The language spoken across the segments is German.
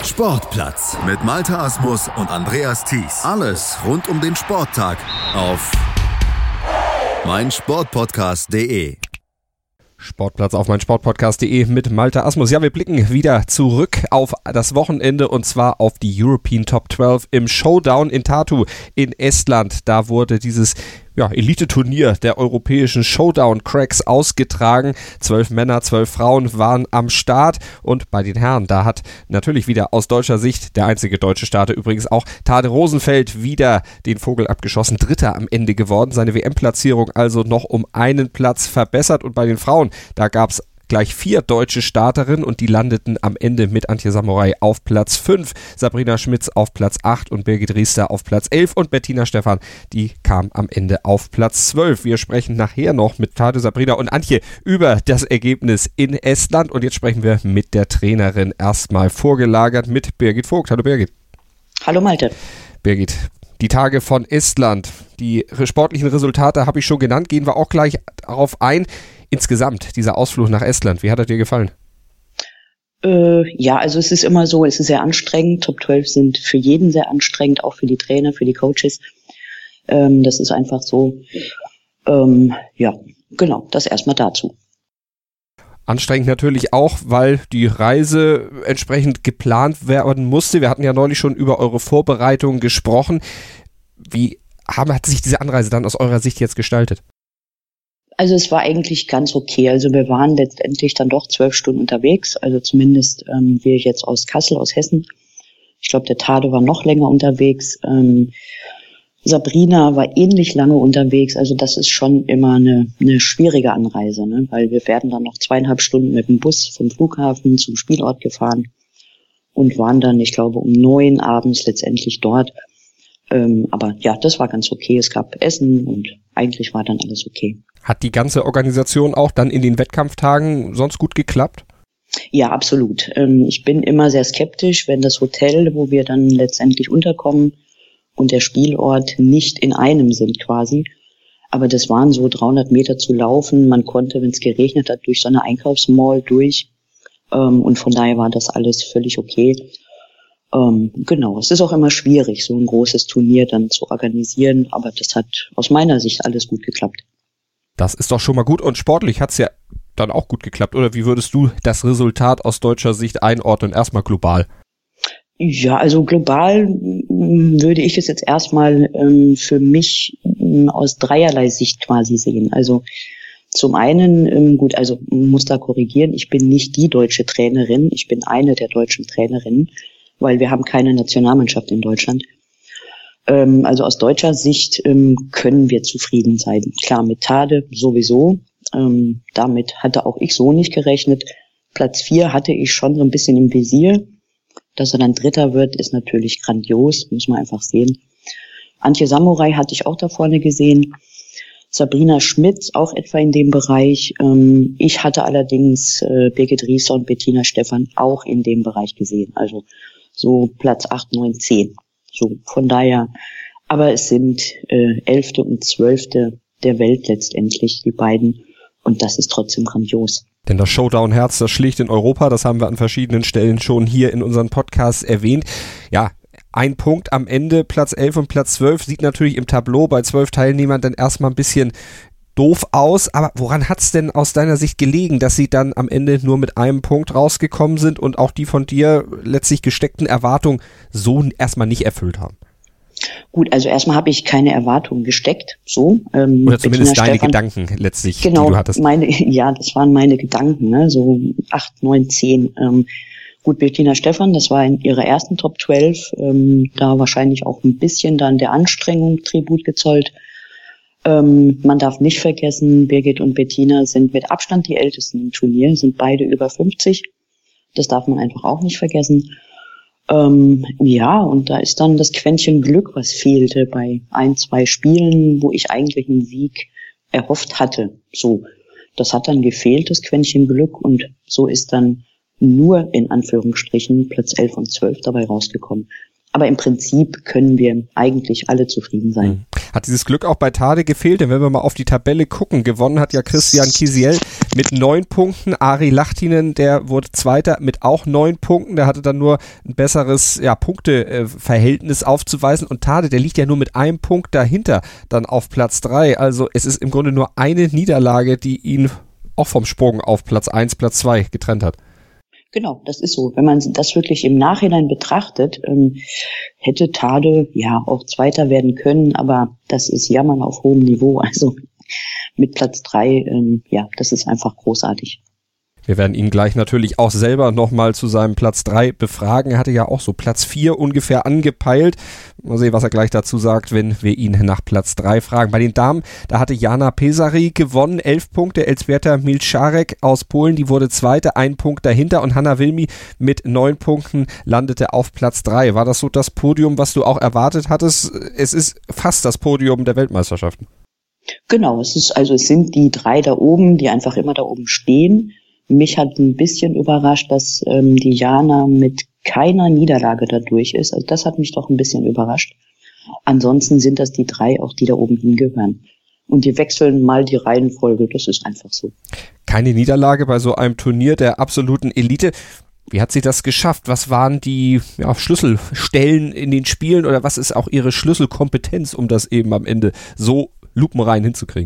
Sportplatz mit Malte Asmus und Andreas Thies. Alles rund um den Sporttag auf meinsportpodcast.de. Sportplatz auf meinsportpodcast.de mit Malte Asmus. Ja, wir blicken wieder zurück auf das Wochenende und zwar auf die European Top 12 im Showdown in Tartu in Estland. Da wurde dieses Elite-Turnier der europäischen Showdown-Cracks ausgetragen. 12 Männer, 12 Frauen waren am Start und bei den Herren, da hat natürlich wieder aus deutscher Sicht der einzige deutsche Starter übrigens auch Tade Rosenfeld wieder den Vogel abgeschossen. Dritter am Ende geworden, seine WM-Platzierung also noch um einen Platz verbessert und bei den Frauen, da gab es gleich 4 deutsche Starterinnen und die landeten am Ende mit Antje Samurai auf Platz 5, Sabrina Schmitz auf Platz 8 und Birgit Riester auf Platz 11 und Bettina Stephan, die kam am Ende auf Platz 12. Wir sprechen nachher noch mit Tade, Sabrina und Antje über das Ergebnis in Estland und jetzt sprechen wir mit der Trainerin erstmal vorgelagert mit Birgit Vogt. Hallo Birgit. Hallo Malte. Birgit, die Tage von Estland, die sportlichen Resultate habe ich schon genannt, gehen wir auch gleich darauf ein. Insgesamt, dieser Ausflug nach Estland, wie hat er dir gefallen? Also es ist immer so, es ist sehr anstrengend. Top 12 sind für jeden sehr anstrengend, auch für die Trainer, für die Coaches. Das ist einfach so. Das erstmal dazu. Anstrengend natürlich auch, weil die Reise entsprechend geplant werden musste. Wir hatten ja neulich schon über eure Vorbereitungen gesprochen. Wie hat sich diese Anreise dann aus eurer Sicht jetzt gestaltet? Also es war eigentlich ganz okay. Also wir waren letztendlich dann doch 12 Stunden unterwegs. Also zumindest wir jetzt aus Kassel, aus Hessen. Ich glaube, der Tade war noch länger unterwegs. Sabrina war ähnlich lange unterwegs. Also das ist schon immer eine schwierige Anreise, ne? Weil wir werden dann noch 2,5 Stunden mit dem Bus vom Flughafen zum Spielort gefahren und waren dann, ich glaube, um 9 abends letztendlich dort. Aber ja, das war ganz okay. Es gab Essen und eigentlich war dann alles okay. Hat die ganze Organisation auch dann in den Wettkampftagen sonst gut geklappt? Ja, absolut. Ich bin immer sehr skeptisch, wenn das Hotel, wo wir dann letztendlich unterkommen und der Spielort nicht in einem sind quasi. Aber das waren so 300 Meter zu laufen. Man konnte, wenn es geregnet hat, durch so eine Einkaufsmall durch. Und von daher war das alles völlig okay. Es ist auch immer schwierig, so ein großes Turnier dann zu organisieren. Aber das hat aus meiner Sicht alles gut geklappt. Das ist doch schon mal gut und sportlich hat es ja dann auch gut geklappt, oder wie würdest du das Resultat aus deutscher Sicht einordnen, erstmal global? Ja, also global würde ich es jetzt erstmal für mich aus dreierlei Sicht quasi sehen. Also zum einen, muss da korrigieren, ich bin nicht die deutsche Trainerin, ich bin eine der deutschen Trainerinnen, weil wir haben keine Nationalmannschaft in Deutschland. Also aus deutscher Sicht können wir zufrieden sein. Klar, mit Tade sowieso. Damit hatte auch ich so nicht gerechnet. Platz 4 hatte ich schon so ein bisschen im Visier. Dass er dann Dritter wird, ist natürlich grandios, muss man einfach sehen. Antje Samurai hatte ich auch da vorne gesehen. Sabrina Schmitz auch etwa in dem Bereich. Ich hatte allerdings Birgit Riester und Bettina Stephan auch in dem Bereich gesehen. Also so Platz 8, 9, 10. So, von daher, aber es sind 11. und 12. der Welt letztendlich, die beiden, und das ist trotzdem grandios. Denn das Showdown-Herz, das schlägt in Europa, das haben wir an verschiedenen Stellen schon hier in unseren Podcasts erwähnt. Ja, ein Punkt am Ende, Platz 11 und Platz 12, sieht natürlich im Tableau bei 12 Teilnehmern dann erstmal ein bisschen doof aus, aber woran hat's denn aus deiner Sicht gelegen, dass sie dann am Ende nur mit einem Punkt rausgekommen sind und auch die von dir letztlich gesteckten Erwartungen so erstmal nicht erfüllt haben? Gut, also erstmal habe ich keine Erwartungen gesteckt, so. Oder zumindest deine Gedanken letztlich, genau, die du hattest. Das waren meine Gedanken, ne, so 8, 9, 10. Gut, Bettina Stephan, das war in ihrer ersten Top 12, da wahrscheinlich auch ein bisschen dann der Anstrengung Tribut gezollt. Man darf nicht vergessen, Birgit und Bettina sind mit Abstand die Ältesten im Turnier, sind beide über 50. Das darf man einfach auch nicht vergessen. Und da ist dann das Quäntchen Glück, was fehlte bei 1, 2 Spielen, wo ich eigentlich einen Sieg erhofft hatte. So, das hat dann gefehlt, das Quäntchen Glück, und so ist dann nur in Anführungsstrichen Platz 11 und 12 dabei rausgekommen. Aber im Prinzip können wir eigentlich alle zufrieden sein. Hat dieses Glück auch bei Tade gefehlt? Denn wenn wir mal auf die Tabelle gucken, gewonnen hat ja Christian Kisiel mit 9 Punkten. Ari Lahtinen, der wurde Zweiter mit auch 9 Punkten. Der hatte dann nur ein besseres Punkteverhältnis aufzuweisen. Und Tade, der liegt ja nur mit einem Punkt dahinter dann auf Platz 3. Also es ist im Grunde nur eine Niederlage, die ihn auch vom Sprung auf Platz 1, Platz 2 getrennt hat. Genau, das ist so. Wenn man das wirklich im Nachhinein betrachtet, hätte Tade ja auch Zweiter werden können, aber das ist Jammern auf hohem Niveau. Also mit Platz 3, das ist einfach großartig. Wir werden ihn gleich natürlich auch selber nochmal zu seinem Platz 3 befragen. Er hatte ja auch so Platz 4 ungefähr angepeilt. Mal sehen, was er gleich dazu sagt, wenn wir ihn nach Platz 3 fragen. Bei den Damen, da hatte Jana Pesary gewonnen, 11 Punkte. Elżbieta Milczarek aus Polen, die wurde Zweite, 1 Punkt dahinter. Und Hanna Wilmi mit 9 Punkten landete auf Platz 3. War das so das Podium, was du auch erwartet hattest? Es ist fast das Podium der Weltmeisterschaften. Genau, es sind die 3 da oben, die einfach immer da oben stehen. Mich hat ein bisschen überrascht, dass die Jana mit keiner Niederlage da durch ist. Also das hat mich doch ein bisschen überrascht. Ansonsten sind das die 3, auch die da oben hingehören. Und die wechseln mal die Reihenfolge, das ist einfach so. Keine Niederlage bei so einem Turnier der absoluten Elite. Wie hat sie das geschafft? Was waren die Schlüsselstellen in den Spielen oder was ist auch ihre Schlüsselkompetenz, um das eben am Ende so lupenrein hinzukriegen?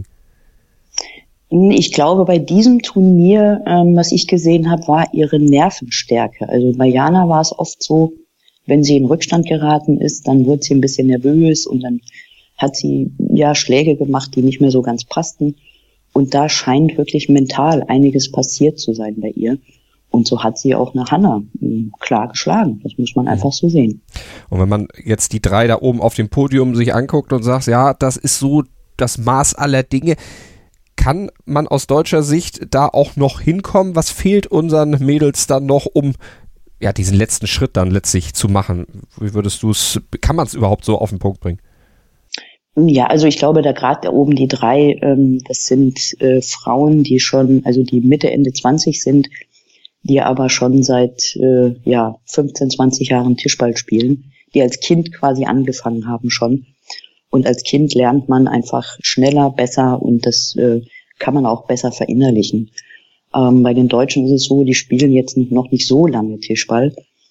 Ich glaube, bei diesem Turnier, was ich gesehen habe, war ihre Nervenstärke. Also bei Jana war es oft so, wenn sie in Rückstand geraten ist, dann wurde sie ein bisschen nervös und dann hat sie Schläge gemacht, die nicht mehr so ganz passten. Und da scheint wirklich mental einiges passiert zu sein bei ihr. Und so hat sie auch eine Hanna klar geschlagen. Das muss man einfach so sehen. Und wenn man jetzt die 3 da oben auf dem Podium sich anguckt und sagt, ja, das ist so das Maß aller Dinge, kann man aus deutscher Sicht da auch noch hinkommen? Was fehlt unseren Mädels dann noch, um diesen letzten Schritt dann letztlich zu machen? Wie würdest du es, kann man es überhaupt so auf den Punkt bringen? Ja, also ich glaube, da gerade da oben die 3, das sind Frauen, die schon, also die Mitte, Ende 20 sind, die aber schon seit 15, 20 Jahren Tischball spielen, die als Kind quasi angefangen haben schon. Und als Kind lernt man einfach schneller, besser und das kann man auch besser verinnerlichen. Bei den Deutschen ist es so, die spielen jetzt noch nicht so lange Tischball.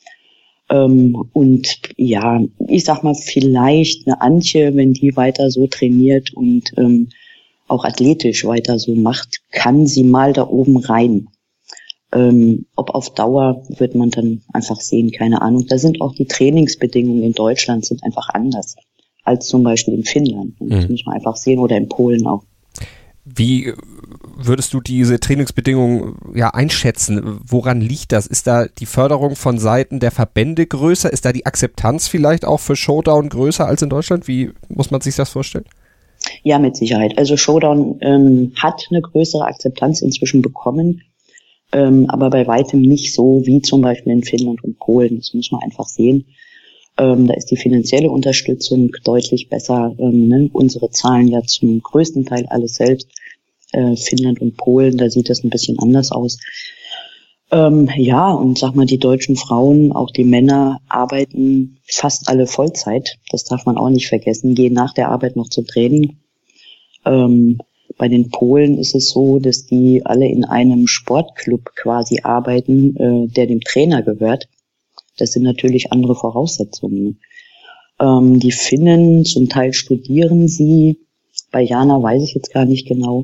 Und ja, ich sag mal, vielleicht eine Antje, wenn die weiter so trainiert und auch athletisch weiter so macht, kann sie mal da oben rein. Ob auf Dauer, wird man dann einfach sehen, keine Ahnung. Da sind auch die Trainingsbedingungen in Deutschland sind einfach anders als zum Beispiel in Finnland. Das muss man einfach sehen, oder in Polen auch. Wie würdest du diese Trainingsbedingungen einschätzen? Woran liegt das? Ist da die Förderung von Seiten der Verbände größer? Ist da die Akzeptanz vielleicht auch für Showdown größer als in Deutschland? Wie muss man sich das vorstellen? Ja, mit Sicherheit. Also Showdown hat eine größere Akzeptanz inzwischen bekommen, aber bei weitem nicht so wie zum Beispiel in Finnland und Polen. Das muss man einfach sehen. Da ist die finanzielle Unterstützung deutlich besser. Unsere zahlen ja zum größten Teil alles selbst. Finnland und Polen, da sieht das ein bisschen anders aus. Und sag mal, die deutschen Frauen, auch die Männer, arbeiten fast alle Vollzeit. Das darf man auch nicht vergessen, gehen nach der Arbeit noch zum Training. Bei den Polen ist es so, dass die alle in einem Sportclub quasi arbeiten, der dem Trainer gehört. Das sind natürlich andere Voraussetzungen. Die Finnen, zum Teil studieren sie. Bei Jana weiß ich jetzt gar nicht genau.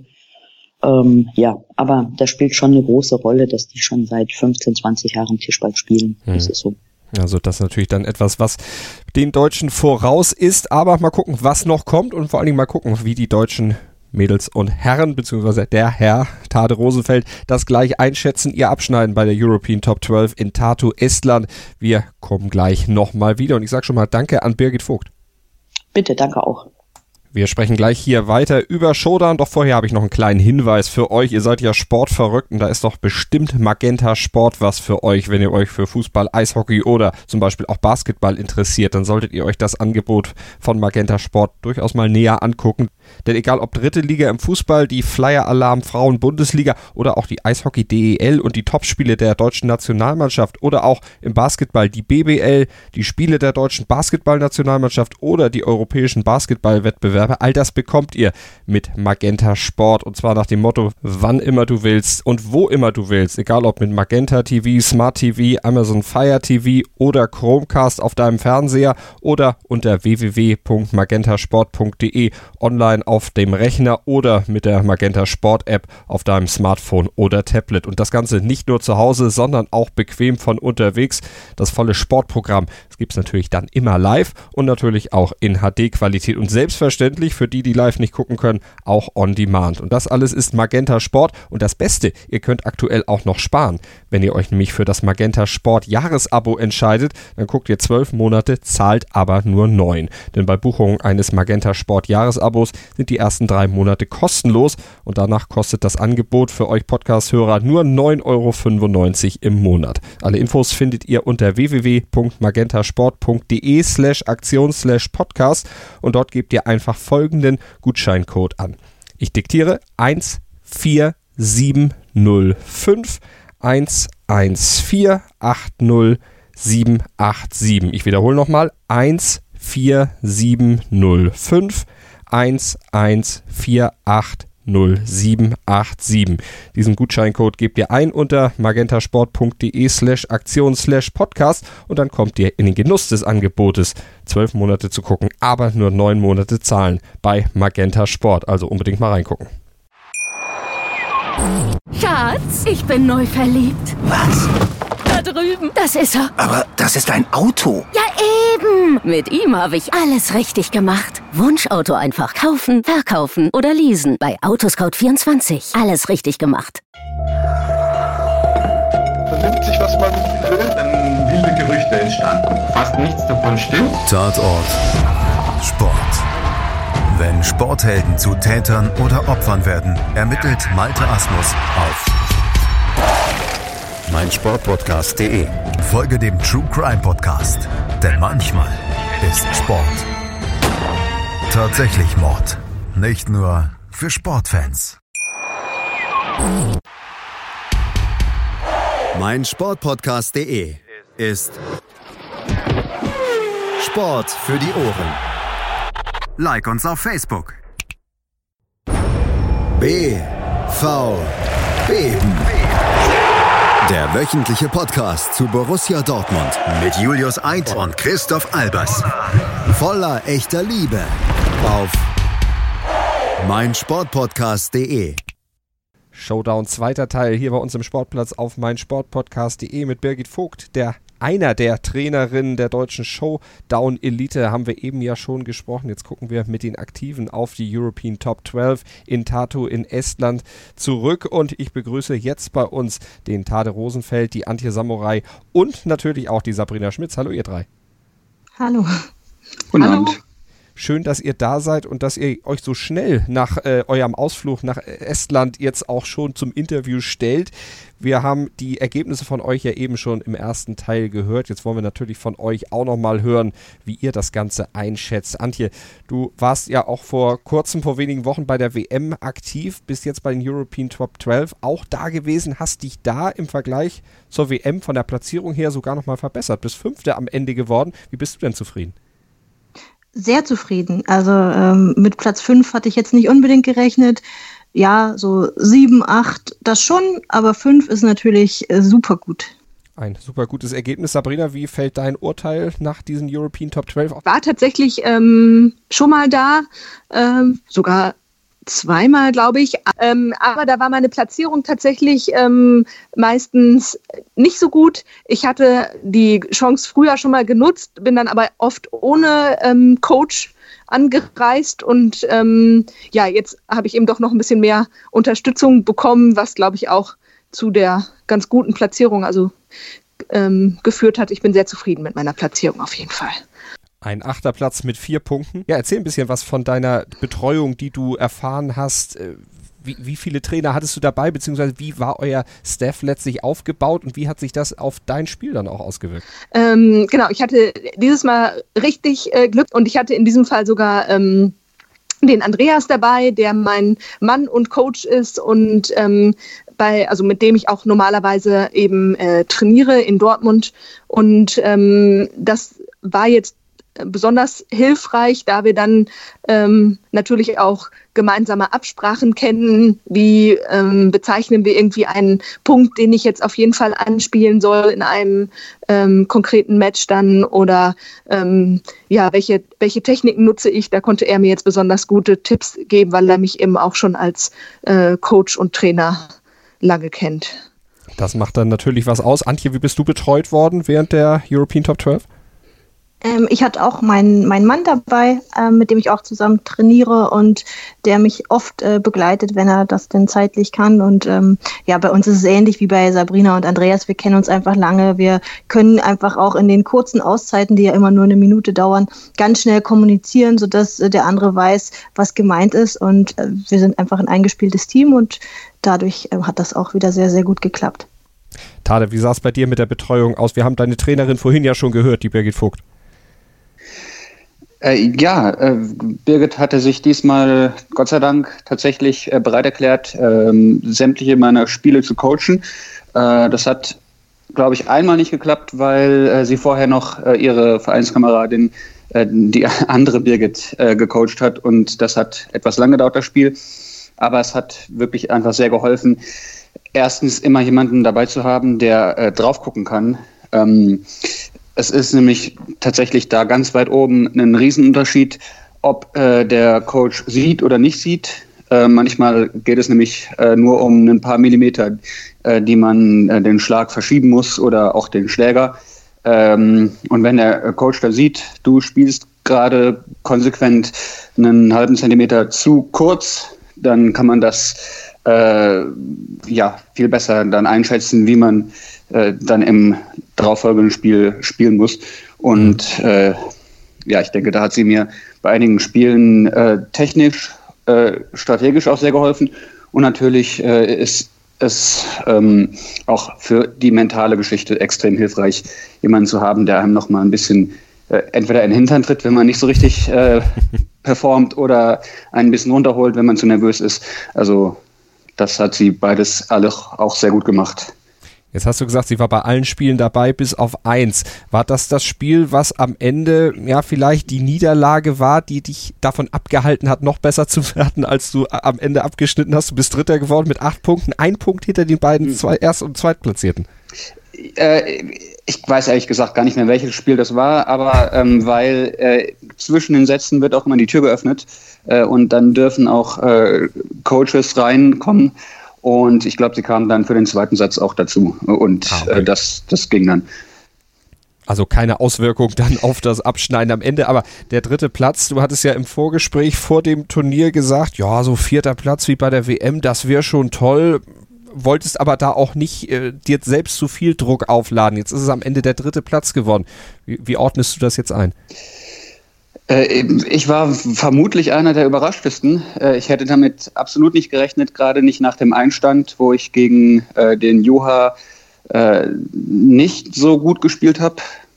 Aber das spielt schon eine große Rolle, dass die schon seit 15, 20 Jahren Tischball spielen. Das ist so. Also das ist natürlich dann etwas, was den Deutschen voraus ist. Aber mal gucken, was noch kommt und vor allen Dingen mal gucken, wie die deutschen Mädels und Herren, beziehungsweise der Herr Tade Rosenfeld, das gleich einschätzen, ihr Abschneiden bei der European Top 12 in Tartu, Estland. Wir kommen gleich nochmal wieder und ich sage schon mal Danke an Birgit Vogt. Bitte, danke auch. Wir sprechen gleich hier weiter über Showdown, doch vorher habe ich noch einen kleinen Hinweis für euch. Ihr seid ja sportverrückt und da ist doch bestimmt Magenta Sport was für euch. Wenn ihr euch für Fußball, Eishockey oder zum Beispiel auch Basketball interessiert, dann solltet ihr euch das Angebot von Magenta Sport durchaus mal näher angucken. Denn egal ob dritte Liga im Fußball, die Flyer Alarm Frauen Bundesliga oder auch die Eishockey DEL und die Topspiele der deutschen Nationalmannschaft oder auch im Basketball die BBL, die Spiele der deutschen Basketballnationalmannschaft oder die europäischen Basketballwettbewerbe, Wettbewerbe. All das bekommt ihr mit Magenta Sport und zwar nach dem Motto, wann immer du willst und wo immer du willst. Egal ob mit Magenta TV, Smart TV, Amazon Fire TV oder Chromecast auf deinem Fernseher oder unter www.magentasport.de online auf dem Rechner oder mit der Magenta Sport App auf deinem Smartphone oder Tablet. Und das Ganze nicht nur zu Hause, sondern auch bequem von unterwegs. Das volle Sportprogramm, das gibt es natürlich dann immer live und natürlich auch in HD-Qualität und selbstverständlich für die live nicht gucken können, auch on demand. Und das alles ist Magenta Sport und das Beste, ihr könnt aktuell auch noch sparen. Wenn ihr euch nämlich für das Magenta Sport Jahresabo entscheidet, dann guckt ihr 12 Monate, zahlt aber nur 9. Denn bei Buchung eines Magenta Sport Jahresabos sind die ersten 3 Monate kostenlos und danach kostet das Angebot für euch Podcast-Hörer nur 9,95 € im Monat. Alle Infos findet ihr unter www.magentasport.de/aktion/podcast und dort gebt ihr einfach folgenden Gutscheincode an. Ich diktiere 14705 11480787. Ich wiederhole nochmal 14705 11480787. Diesen Gutscheincode gebt ihr ein unter magentasport.de/aktion/podcast und dann kommt ihr in den Genuss des Angebotes, 12 Monate zu gucken, aber nur 9 Monate zahlen bei Magenta Sport. Also unbedingt mal reingucken. Schatz, ich bin neu verliebt. Was? Da drüben. Das ist er. Aber das ist ein Auto. Ja, eben. Mit ihm habe ich alles richtig gemacht. Wunschauto einfach kaufen, verkaufen oder leasen. Bei Autoscout24. Alles richtig gemacht. Vernimmt sich, was man will, dann wilde Gerüchte entstanden. Fast nichts davon stimmt. Tatort Sport. Wenn Sporthelden zu Tätern oder Opfern werden, ermittelt Malte Asmus auf meinsportpodcast.de. Folge dem True Crime Podcast, denn manchmal ist Sport tatsächlich Mord. Nicht nur für Sportfans. Meinsportpodcast.de ist Sport für die Ohren. Like uns auf Facebook. BVB. Der wöchentliche Podcast zu Borussia Dortmund mit Julius Eid und Christoph Albers. Voller echter Liebe auf meinsportpodcast.de. Showdown, zweiter Teil hier bei uns im Sportplatz auf meinsportpodcast.de mit Birgit Vogt, einer der Trainerinnen der deutschen Showdown-Elite, haben wir eben ja schon gesprochen. Jetzt gucken wir mit den Aktiven auf die European Top 12 in Tartu in Estland zurück. Und ich begrüße jetzt bei uns den Tade Rosenfeld, die Antje Samurai und natürlich auch die Sabrina Schmitz. Hallo ihr drei. Hallo. Guten Abend. Schön, dass ihr da seid und dass ihr euch so schnell nach eurem Ausflug nach Estland jetzt auch schon zum Interview stellt. Wir haben die Ergebnisse von euch ja eben schon im ersten Teil gehört. Jetzt wollen wir natürlich von euch auch nochmal hören, wie ihr das Ganze einschätzt. Antje, du warst ja auch vor wenigen Wochen bei der WM aktiv, bist jetzt bei den European Top 12 auch da gewesen, hast dich da im Vergleich zur WM von der Platzierung her sogar nochmal verbessert. Bist Fünfter am Ende geworden. Wie bist du denn zufrieden? Sehr zufrieden. Also mit Platz 5 hatte ich jetzt nicht unbedingt gerechnet. Ja, so 7, 8, das schon, aber 5 ist natürlich super gut. Ein super gutes Ergebnis. Sabrina, wie fällt dein Urteil nach diesen European Top 12 auf? War tatsächlich schon mal da, sogar zweimal, glaube ich. Aber da war meine Platzierung tatsächlich meistens nicht so gut. Ich hatte die Chance früher schon mal genutzt, bin dann aber oft ohne Coach angereist und jetzt habe ich eben doch noch ein bisschen mehr Unterstützung bekommen, was, glaube ich, auch zu der ganz guten Platzierung geführt hat. Ich bin sehr zufrieden mit meiner Platzierung auf jeden Fall. Ein 8. Platz mit 4 Punkten. Ja, erzähl ein bisschen was von deiner Betreuung, die du erfahren hast. Wie viele Trainer hattest du dabei, beziehungsweise wie war euer Staff letztlich aufgebaut und wie hat sich das auf dein Spiel dann auch ausgewirkt? Genau, ich hatte dieses Mal richtig Glück und ich hatte in diesem Fall sogar den Andreas dabei, der mein Mann und Coach ist und mit dem ich auch normalerweise eben trainiere in Dortmund. Und das war jetzt besonders hilfreich, da wir dann natürlich auch gemeinsame Absprachen kennen, wie bezeichnen wir irgendwie einen Punkt, den ich jetzt auf jeden Fall anspielen soll in einem konkreten Match dann oder welche Techniken nutze ich. Da konnte er mir jetzt besonders gute Tipps geben, weil er mich eben auch schon als Coach und Trainer lange kennt. Das macht dann natürlich was aus. Antje, wie bist du betreut worden während der European Top 12? Ich hatte auch meinen Mann dabei, mit dem ich auch zusammen trainiere und der mich oft begleitet, wenn er das denn zeitlich kann. Und bei uns ist es ähnlich wie bei Sabrina und Andreas. Wir kennen uns einfach lange. Wir können einfach auch in den kurzen Auszeiten, die ja immer nur eine Minute dauern, ganz schnell kommunizieren, sodass der andere weiß, was gemeint ist. Und wir sind einfach ein eingespieltes Team und dadurch hat das auch wieder sehr, sehr gut geklappt. Tade, wie sah es bei dir mit der Betreuung aus? Wir haben deine Trainerin vorhin ja schon gehört, die Birgit Vogt. Birgit hatte sich diesmal, Gott sei Dank, tatsächlich bereit erklärt, sämtliche meiner Spiele zu coachen. Das hat, glaube ich, einmal nicht geklappt, weil sie vorher noch ihre Vereinskameradin, die andere Birgit, gecoacht hat. Und das hat etwas lang gedauert, das Spiel. Aber es hat wirklich einfach sehr geholfen, erstens immer jemanden dabei zu haben, der drauf gucken kann. Es ist nämlich tatsächlich da ganz weit oben ein Riesenunterschied, ob der Coach sieht oder nicht sieht. Manchmal geht es nämlich nur um ein paar Millimeter, die man den Schlag verschieben muss oder auch den Schläger. Und wenn der Coach da sieht, du spielst gerade konsequent einen halben Zentimeter zu kurz, dann kann man das viel besser dann einschätzen, wie man dann im darauffolgenden Spiel spielen muss. Und ich denke, da hat sie mir bei einigen Spielen technisch, strategisch auch sehr geholfen. Und natürlich ist es auch für die mentale Geschichte extrem hilfreich, jemanden zu haben, der einem nochmal ein bisschen entweder in den Hintern tritt, wenn man nicht so richtig performt, oder ein bisschen runterholt, wenn man zu nervös ist. Also das hat sie beides alle auch sehr gut gemacht. Jetzt hast du gesagt, sie war bei allen Spielen dabei, bis auf 1. War das Spiel, was am Ende vielleicht die Niederlage war, die dich davon abgehalten hat, noch besser zu werden, als du am Ende abgeschnitten hast? Du bist Dritter geworden mit 8 Punkten, 1 Punkt hinter den beiden Erst- und Zweitplatzierten. Ich weiß ehrlich gesagt gar nicht mehr, welches Spiel das war, aber weil zwischen den Sätzen wird auch immer die Tür geöffnet und dann dürfen auch Coaches reinkommen. Und ich glaube, sie kamen dann für den zweiten Satz auch dazu. Und das ging dann. Also keine Auswirkung dann auf das Abschneiden am Ende. Aber der 3. Platz, du hattest ja im Vorgespräch vor dem Turnier gesagt, ja, so 4. Platz wie bei der WM, das wäre schon toll. Wolltest aber da auch nicht dir selbst zu viel Druck aufladen. Jetzt ist es am Ende der 3. Platz geworden. Wie ordnest du das jetzt ein? Ich war vermutlich einer der Überraschtesten. Ich hätte damit absolut nicht gerechnet, gerade nicht nach dem Einstand, wo ich gegen den Juha nicht so gut gespielt habe.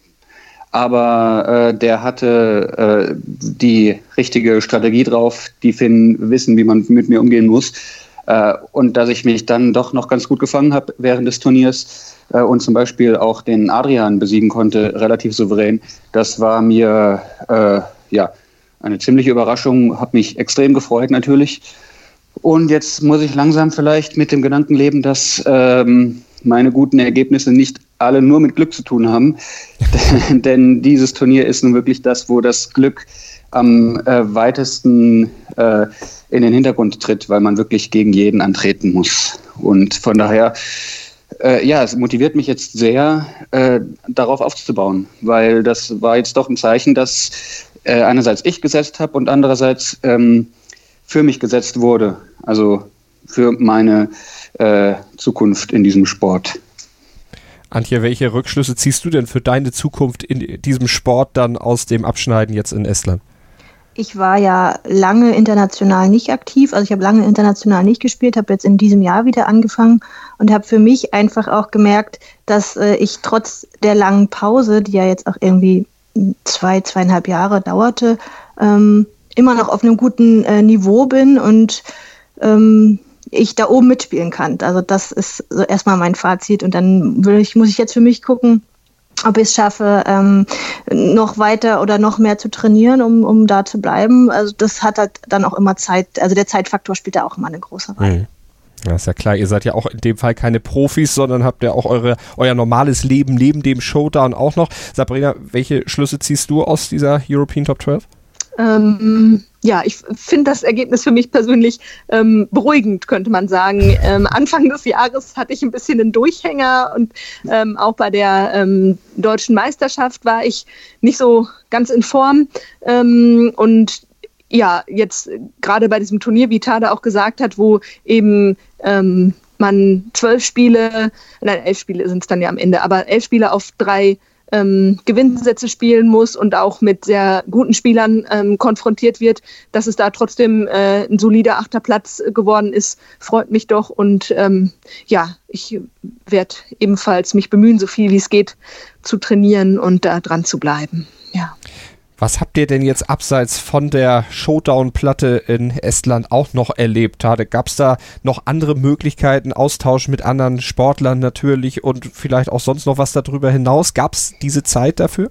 Aber der hatte die richtige Strategie drauf. Die Finnen wissen, wie man mit mir umgehen muss. Und dass ich mich dann doch noch ganz gut gefangen habe während des Turniers und zum Beispiel auch den Adrian besiegen konnte, relativ souverän, das war mir eine ziemliche Überraschung, habe mich extrem gefreut natürlich. Und jetzt muss ich langsam vielleicht mit dem Gedanken leben, dass meine guten Ergebnisse nicht alle nur mit Glück zu tun haben. Denn dieses Turnier ist nun wirklich das, wo das Glück am weitesten in den Hintergrund tritt, weil man wirklich gegen jeden antreten muss. Und von daher, es motiviert mich jetzt sehr, darauf aufzubauen, weil das war jetzt doch ein Zeichen, dass einerseits ich gesetzt habe und andererseits für mich gesetzt wurde, also für meine Zukunft in diesem Sport. Antje, welche Rückschlüsse ziehst du denn für deine Zukunft in diesem Sport dann aus dem Abschneiden jetzt in Estland? Ich war ja lange international nicht aktiv, also ich habe lange international nicht gespielt, habe jetzt in diesem Jahr wieder angefangen und habe für mich einfach auch gemerkt, dass ich trotz der langen Pause, die ja jetzt auch irgendwie 2,5 Jahre dauerte, immer noch auf einem guten Niveau bin und ich da oben mitspielen kann. Also das ist so erstmal mein Fazit und dann muss ich jetzt für mich gucken, ob ich es schaffe, noch weiter oder noch mehr zu trainieren, um da zu bleiben. Also das hat halt dann auch immer Zeit, also der Zeitfaktor spielt da auch immer eine große Rolle. Ja, ist ja klar, ihr seid ja auch in dem Fall keine Profis, sondern habt ja auch euer normales Leben neben dem Showdown auch noch. Sabrina, welche Schlüsse ziehst du aus dieser European Top 12? Ja, ich finde das Ergebnis für mich persönlich beruhigend, könnte man sagen. Anfang des Jahres hatte ich ein bisschen einen Durchhänger und auch bei der deutschen Meisterschaft war ich nicht so ganz in Form. Und ja, jetzt gerade bei diesem Turnier, wie Tada auch gesagt hat, wo eben man 11 Spiele sind es dann ja am Ende, aber 11 Spiele auf 3 Gewinnsätze spielen muss und auch mit sehr guten Spielern konfrontiert wird, dass es da trotzdem ein solider 8. Platz geworden ist, freut mich doch. Und ich werde ebenfalls mich bemühen, so viel wie es geht, zu trainieren und da dran zu bleiben. Ja. Was habt ihr denn jetzt abseits von der Showdown-Platte in Estland auch noch erlebt? Gab es da noch andere Möglichkeiten, Austausch mit anderen Sportlern natürlich und vielleicht auch sonst noch was darüber hinaus? Gab es diese Zeit dafür?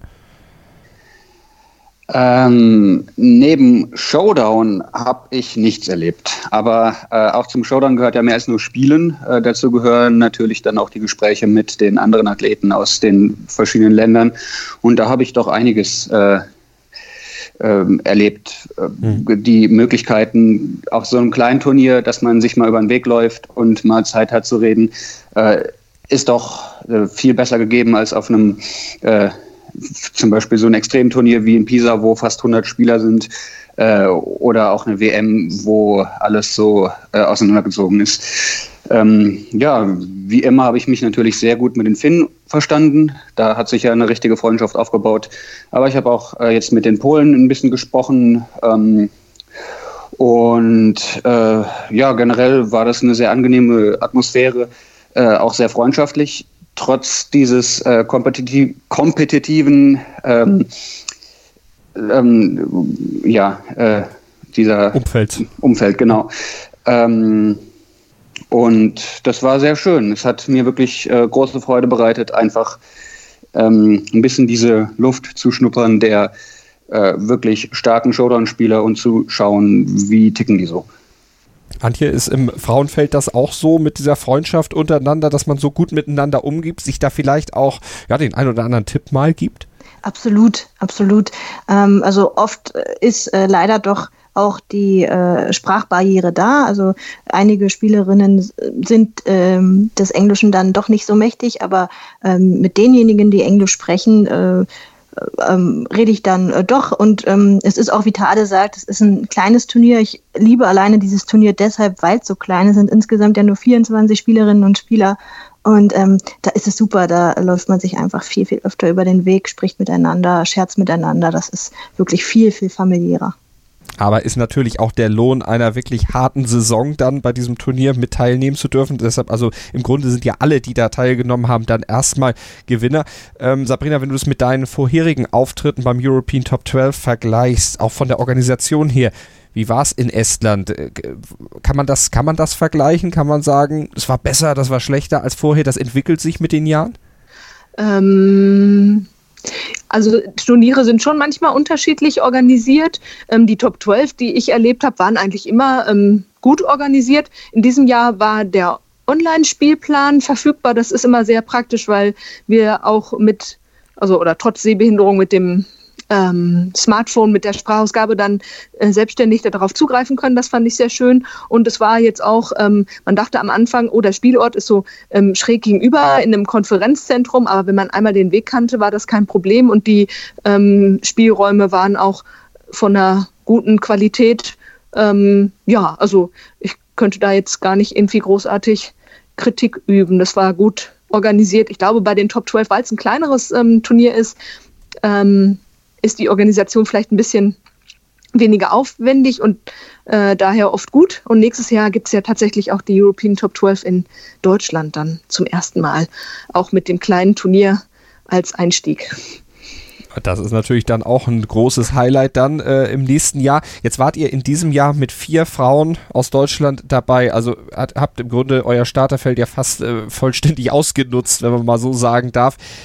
Neben Showdown habe ich nichts erlebt. Aber auch zum Showdown gehört ja mehr als nur Spielen. Dazu gehören natürlich dann auch die Gespräche mit den anderen Athleten aus den verschiedenen Ländern. Und da habe ich doch einiges erlebt. Die Möglichkeiten auf so einem kleinen Turnier, dass man sich mal über den Weg läuft und mal Zeit hat zu reden, ist doch viel besser gegeben als auf einem zum Beispiel so ein Extremturnier wie in Pisa, wo fast 100 Spieler sind, oder auch eine WM, wo alles so auseinandergezogen ist. Wie immer habe ich mich natürlich sehr gut mit den Finnen verstanden. Da hat sich ja eine richtige Freundschaft aufgebaut. Aber ich habe auch jetzt mit den Polen ein bisschen gesprochen. Generell war das eine sehr angenehme Atmosphäre, auch sehr freundschaftlich. Trotz dieses kompetitiven dieser Umfeld, genau. Und das war sehr schön. Es hat mir wirklich große Freude bereitet, einfach ein bisschen diese Luft zu schnuppern der wirklich starken Showdown-Spieler und zu schauen, wie ticken die so. Antje, ist im Frauenfeld das auch so mit dieser Freundschaft untereinander, dass man so gut miteinander umgibt, sich da vielleicht auch den ein oder anderen Tipp mal gibt? Absolut. Also oft ist leider doch auch die Sprachbarriere da. Also einige Spielerinnen sind des Englischen dann doch nicht so mächtig, aber mit denjenigen, die Englisch sprechen, rede ich dann doch. Und es ist auch, wie Tade sagt, es ist ein kleines Turnier. Ich liebe alleine dieses Turnier deshalb, weil es so klein ist. Es sind insgesamt ja nur 24 Spielerinnen und Spieler. Und da ist es super, da läuft man sich einfach viel, viel öfter über den Weg, spricht miteinander, scherzt miteinander. Das ist wirklich viel, viel familiärer. Aber ist natürlich auch der Lohn einer wirklich harten Saison dann bei diesem Turnier mit teilnehmen zu dürfen. Deshalb, also im Grunde sind ja alle, die da teilgenommen haben, dann erstmal Gewinner. Sabrina, wenn du das mit deinen vorherigen Auftritten beim European Top 12 vergleichst, auch von der Organisation her, wie war es in Estland? Kann man das vergleichen? Kann man sagen, es war besser, das war schlechter als vorher? Das entwickelt sich mit den Jahren? Also Turniere sind schon manchmal unterschiedlich organisiert. Die Top 12, die ich erlebt habe, waren eigentlich immer gut organisiert. In diesem Jahr war der Online-Spielplan verfügbar. Das ist immer sehr praktisch, weil wir auch trotz Sehbehinderung mit dem Smartphone, mit der Sprachausgabe dann selbstständig darauf zugreifen können. Das fand ich sehr schön. Und es war jetzt auch, man dachte am Anfang, der Spielort ist so schräg gegenüber in einem Konferenzzentrum, aber wenn man einmal den Weg kannte, war das kein Problem und die Spielräume waren auch von einer guten Qualität. Also ich könnte da jetzt gar nicht irgendwie großartig Kritik üben. Das war gut organisiert. Ich glaube, bei den Top 12, weil es ein kleineres Turnier ist die Organisation vielleicht ein bisschen weniger aufwendig und daher oft gut. Und nächstes Jahr gibt es ja tatsächlich auch die European Top 12 in Deutschland dann zum ersten Mal, auch mit dem kleinen Turnier als Einstieg. Das ist natürlich dann auch ein großes Highlight dann im nächsten Jahr. Jetzt wart ihr in diesem Jahr mit 4 Frauen aus Deutschland dabei. Also habt im Grunde euer Starterfeld ja fast vollständig ausgenutzt, wenn man mal so sagen darf.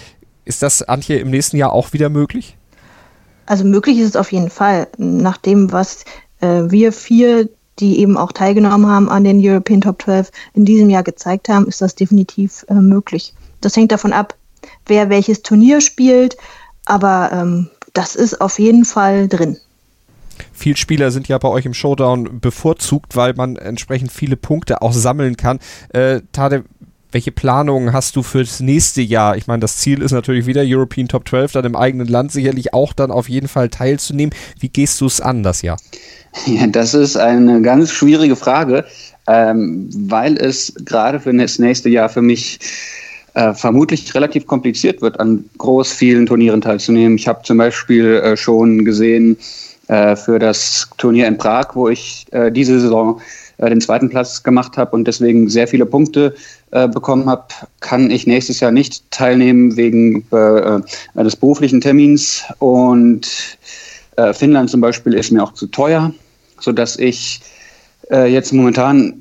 Ist das, Antje, im nächsten Jahr auch wieder möglich? Also möglich ist es auf jeden Fall. Nach dem, was wir 4, die eben auch teilgenommen haben an den European Top 12, in diesem Jahr gezeigt haben, ist das definitiv möglich. Das hängt davon ab, wer welches Turnier spielt, aber das ist auf jeden Fall drin. Viele Spieler sind ja bei euch im Showdown bevorzugt, weil man entsprechend viele Punkte auch sammeln kann. Tade, welche Planungen hast du fürs nächste Jahr? Ich meine, das Ziel ist natürlich wieder European Top 12, dann im eigenen Land sicherlich auch dann auf jeden Fall teilzunehmen. Wie gehst du es an das Jahr? Ja, das ist eine ganz schwierige Frage, weil es gerade für das nächste Jahr für mich vermutlich relativ kompliziert wird, an groß vielen Turnieren teilzunehmen. Ich habe zum Beispiel schon gesehen, für das Turnier in Prag, wo ich diese Saison den 2. Platz gemacht habe und deswegen sehr viele Punkte bekommen habe, kann ich nächstes Jahr nicht teilnehmen wegen des beruflichen Termins. Und Finnland zum Beispiel ist mir auch zu teuer, sodass ich jetzt momentan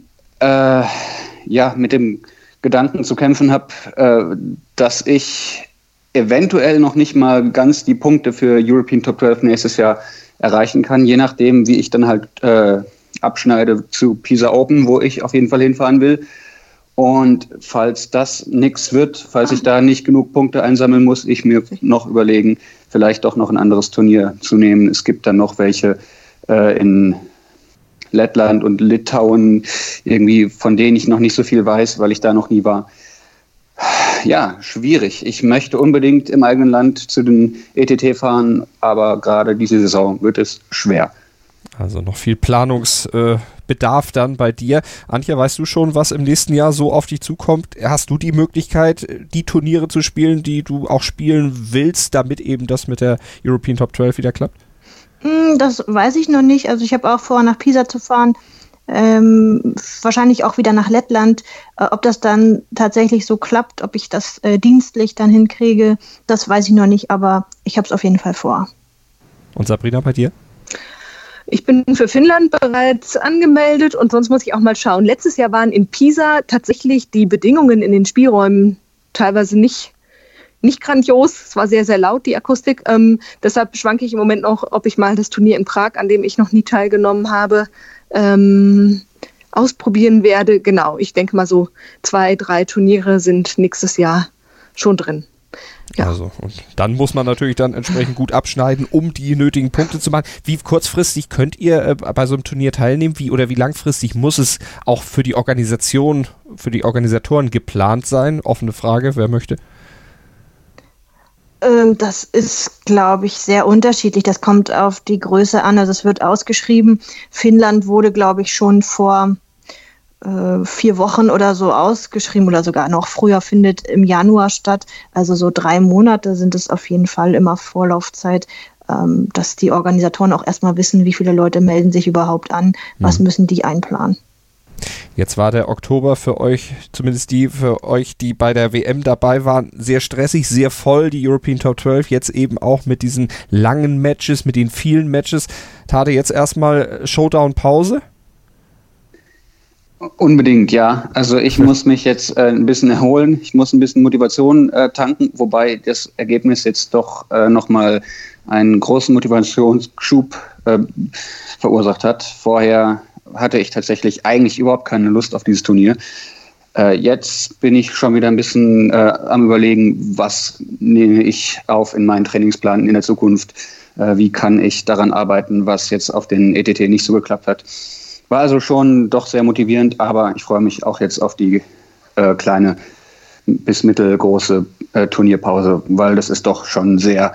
mit dem Gedanken zu kämpfen habe, dass ich eventuell noch nicht mal ganz die Punkte für European Top 12 nächstes Jahr erreichen kann, je nachdem, wie ich dann halt abschneide zu Pisa Open, wo ich auf jeden Fall hinfahren will. Und falls das nichts wird, falls ich da nicht genug Punkte einsammeln muss, ich mir noch überlegen, vielleicht doch noch ein anderes Turnier zu nehmen. Es gibt dann noch welche in Lettland und Litauen, irgendwie, von denen ich noch nicht so viel weiß, weil ich da noch nie war. Ja, schwierig. Ich möchte unbedingt im eigenen Land zu den ETT fahren, aber gerade diese Saison wird es schwer. Also noch viel Planungsbedarf dann bei dir. Antje, weißt du schon, was im nächsten Jahr so auf dich zukommt? Hast du die Möglichkeit, die Turniere zu spielen, die du auch spielen willst, damit eben das mit der European Top 12 wieder klappt? Das weiß ich noch nicht. Also ich habe auch vor, nach Pisa zu fahren. Wahrscheinlich auch wieder nach Lettland. Ob das dann tatsächlich so klappt, ob ich das dienstlich dann hinkriege, das weiß ich noch nicht, aber ich habe es auf jeden Fall vor. Und Sabrina, bei dir? Ich bin für Finnland bereits angemeldet und sonst muss ich auch mal schauen. Letztes Jahr waren in Pisa tatsächlich die Bedingungen in den Spielräumen teilweise nicht grandios. Es war sehr, sehr laut, die Akustik. Deshalb schwanke ich im Moment noch, ob ich mal das Turnier in Prag, an dem ich noch nie teilgenommen habe, ausprobieren werde. Genau, ich denke mal so 2, 3 Turniere sind nächstes Jahr schon drin. Ja. Also, und dann muss man natürlich dann entsprechend gut abschneiden, um die nötigen Punkte zu machen. Wie kurzfristig könnt ihr bei so einem Turnier teilnehmen? Wie langfristig muss es auch für die Organisation, für die Organisatoren geplant sein? Offene Frage, wer möchte? Das ist, glaube ich, sehr unterschiedlich. Das kommt auf die Größe an. Also es wird ausgeschrieben. Finnland wurde, glaube ich, schon vor 4 Wochen oder so ausgeschrieben oder sogar noch früher, findet im Januar statt. Also so 3 Monate sind es auf jeden Fall immer Vorlaufzeit, dass die Organisatoren auch erstmal wissen, wie viele Leute melden sich überhaupt an, was müssen die einplanen. Jetzt war der Oktober für euch, zumindest die für euch, die bei der WM dabei waren, sehr stressig, sehr voll, die European Top 12, jetzt eben auch mit diesen langen Matches, mit den vielen Matches. Tade, jetzt erstmal Showdown-Pause? Unbedingt, ja. Also ich muss mich jetzt ein bisschen erholen, ich muss ein bisschen Motivation tanken, wobei das Ergebnis jetzt doch nochmal einen großen Motivationsschub verursacht hat. Vorher hatte ich tatsächlich eigentlich überhaupt keine Lust auf dieses Turnier. Jetzt bin ich schon wieder ein bisschen am Überlegen, was nehme ich auf in meinen Trainingsplan in der Zukunft, wie kann ich daran arbeiten, was jetzt auf den ETT nicht so geklappt hat. War also schon doch sehr motivierend, aber ich freue mich auch jetzt auf die kleine bis mittelgroße Turnierpause, weil das ist doch schon sehr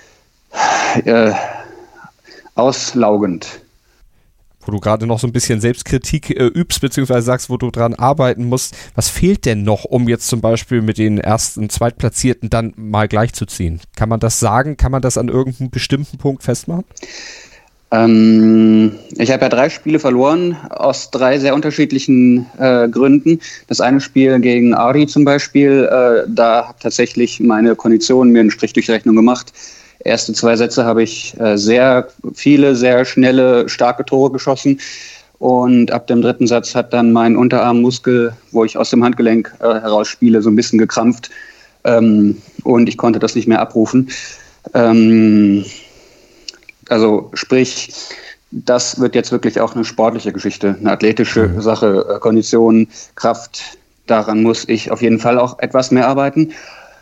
auslaugend. Wo du gerade noch so ein bisschen Selbstkritik übst, beziehungsweise sagst, wo du dran arbeiten musst. Was fehlt denn noch, um jetzt zum Beispiel mit den ersten, Zweitplatzierten dann mal gleichzuziehen? Kann man das sagen? Kann man das an irgendeinem bestimmten Punkt festmachen? Ich habe ja 3 Spiele verloren, aus 3 sehr unterschiedlichen Gründen. Das eine Spiel gegen Ari zum Beispiel, da hat tatsächlich meine Kondition mir einen Strich durch die Rechnung gemacht. Erste 2 Sätze habe ich sehr viele, sehr schnelle, starke Tore geschossen. Und ab dem 3. Satz hat dann mein Unterarmmuskel, wo ich aus dem Handgelenk heraus spiele, so ein bisschen gekrampft. und ich konnte das nicht mehr abrufen. Also sprich, das wird jetzt wirklich auch eine sportliche Geschichte, eine athletische Sache, Kondition, Kraft, daran muss ich auf jeden Fall auch etwas mehr arbeiten.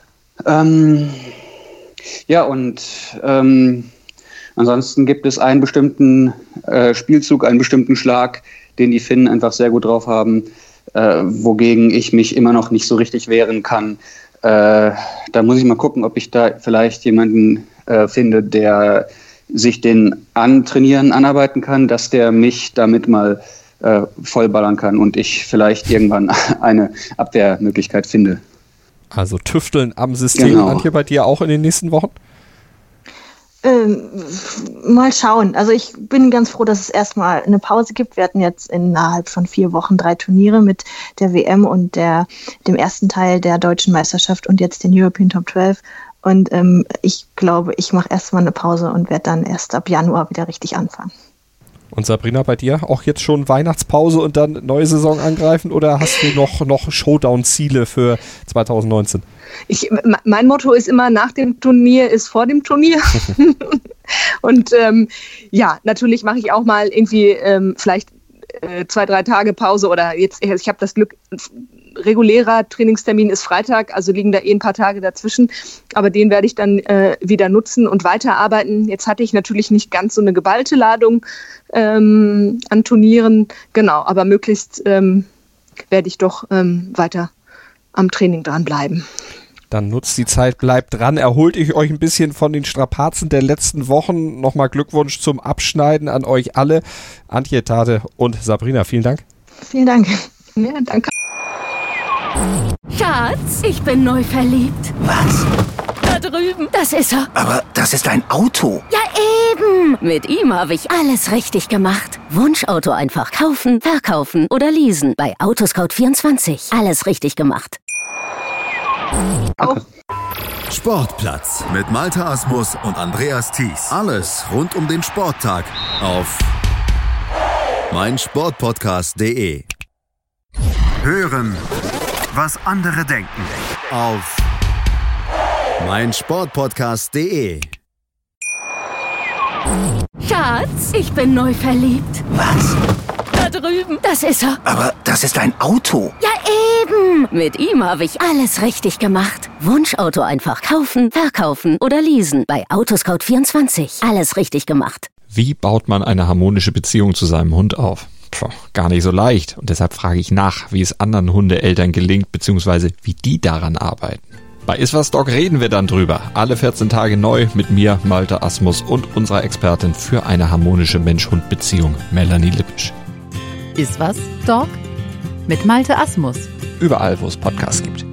Ansonsten gibt es einen bestimmten Spielzug, einen bestimmten Schlag, den die Finnen einfach sehr gut drauf haben, wogegen ich mich immer noch nicht so richtig wehren kann. Da muss ich mal gucken, ob ich da vielleicht jemanden finde, der sich den anarbeiten kann, dass der mich damit mal vollballern kann und ich vielleicht irgendwann eine Abwehrmöglichkeit finde. Also tüfteln am System, genau. Antje, bei dir auch in den nächsten Wochen? Mal schauen. Also ich bin ganz froh, dass es erstmal eine Pause gibt. Wir hatten jetzt innerhalb von 4 Wochen 3 Turniere mit der WM und dem ersten Teil der deutschen Meisterschaft und jetzt den European Top 12. Und ich glaube, ich mache erstmal eine Pause und werde dann erst ab Januar wieder richtig anfangen. Und Sabrina, bei dir auch jetzt schon Weihnachtspause und dann neue Saison angreifen oder hast du noch Showdown-Ziele für 2019? Mein Motto ist immer, nach dem Turnier ist vor dem Turnier. Und natürlich mache ich auch mal irgendwie vielleicht 2-3 Tage Pause oder jetzt, ich habe das Glück, regulärer Trainingstermin ist Freitag, also liegen da ein paar Tage dazwischen, aber den werde ich dann wieder nutzen und weiterarbeiten. Jetzt hatte ich natürlich nicht ganz so eine geballte Ladung an Turnieren, genau, aber möglichst werde ich doch weiter am Training dranbleiben. Dann nutzt die Zeit, bleibt dran, erholt euch ein bisschen von den Strapazen der letzten Wochen. Nochmal Glückwunsch zum Abschneiden an euch alle. Antje, Tate und Sabrina, vielen Dank. Vielen Dank. Ja, danke. Schatz, ich bin neu verliebt. Was? Da drüben. Das ist er. Aber das ist ein Auto. Ja, eben. Mit ihm habe ich alles richtig gemacht. Wunschauto einfach kaufen, verkaufen oder leasen. Bei Autoscout24. Alles richtig gemacht. Sportplatz mit Malte Asmus und Andreas Thies. Alles rund um den Sporttag auf meinsportpodcast.de. Hören, was andere denken auf meinsportpodcast.de. Schatz, ich bin neu verliebt. Was? Da drüben. Das ist er. Aber das ist ein Auto. Ja, eben. Mit ihm habe ich alles richtig gemacht. Wunschauto einfach kaufen, verkaufen oder leasen. Bei Autoscout24. Alles richtig gemacht. Wie baut man eine harmonische Beziehung zu seinem Hund auf? Gar nicht so leicht. Und deshalb frage ich nach, wie es anderen Hundeeltern gelingt, beziehungsweise wie die daran arbeiten. Bei Iswas Dog reden wir dann drüber. Alle 14 Tage neu mit mir, Malte Asmus und unserer Expertin für eine harmonische Mensch-Hund-Beziehung, Melanie Lippisch. Iswas Dog mit Malte Asmus. Überall, wo es Podcasts gibt.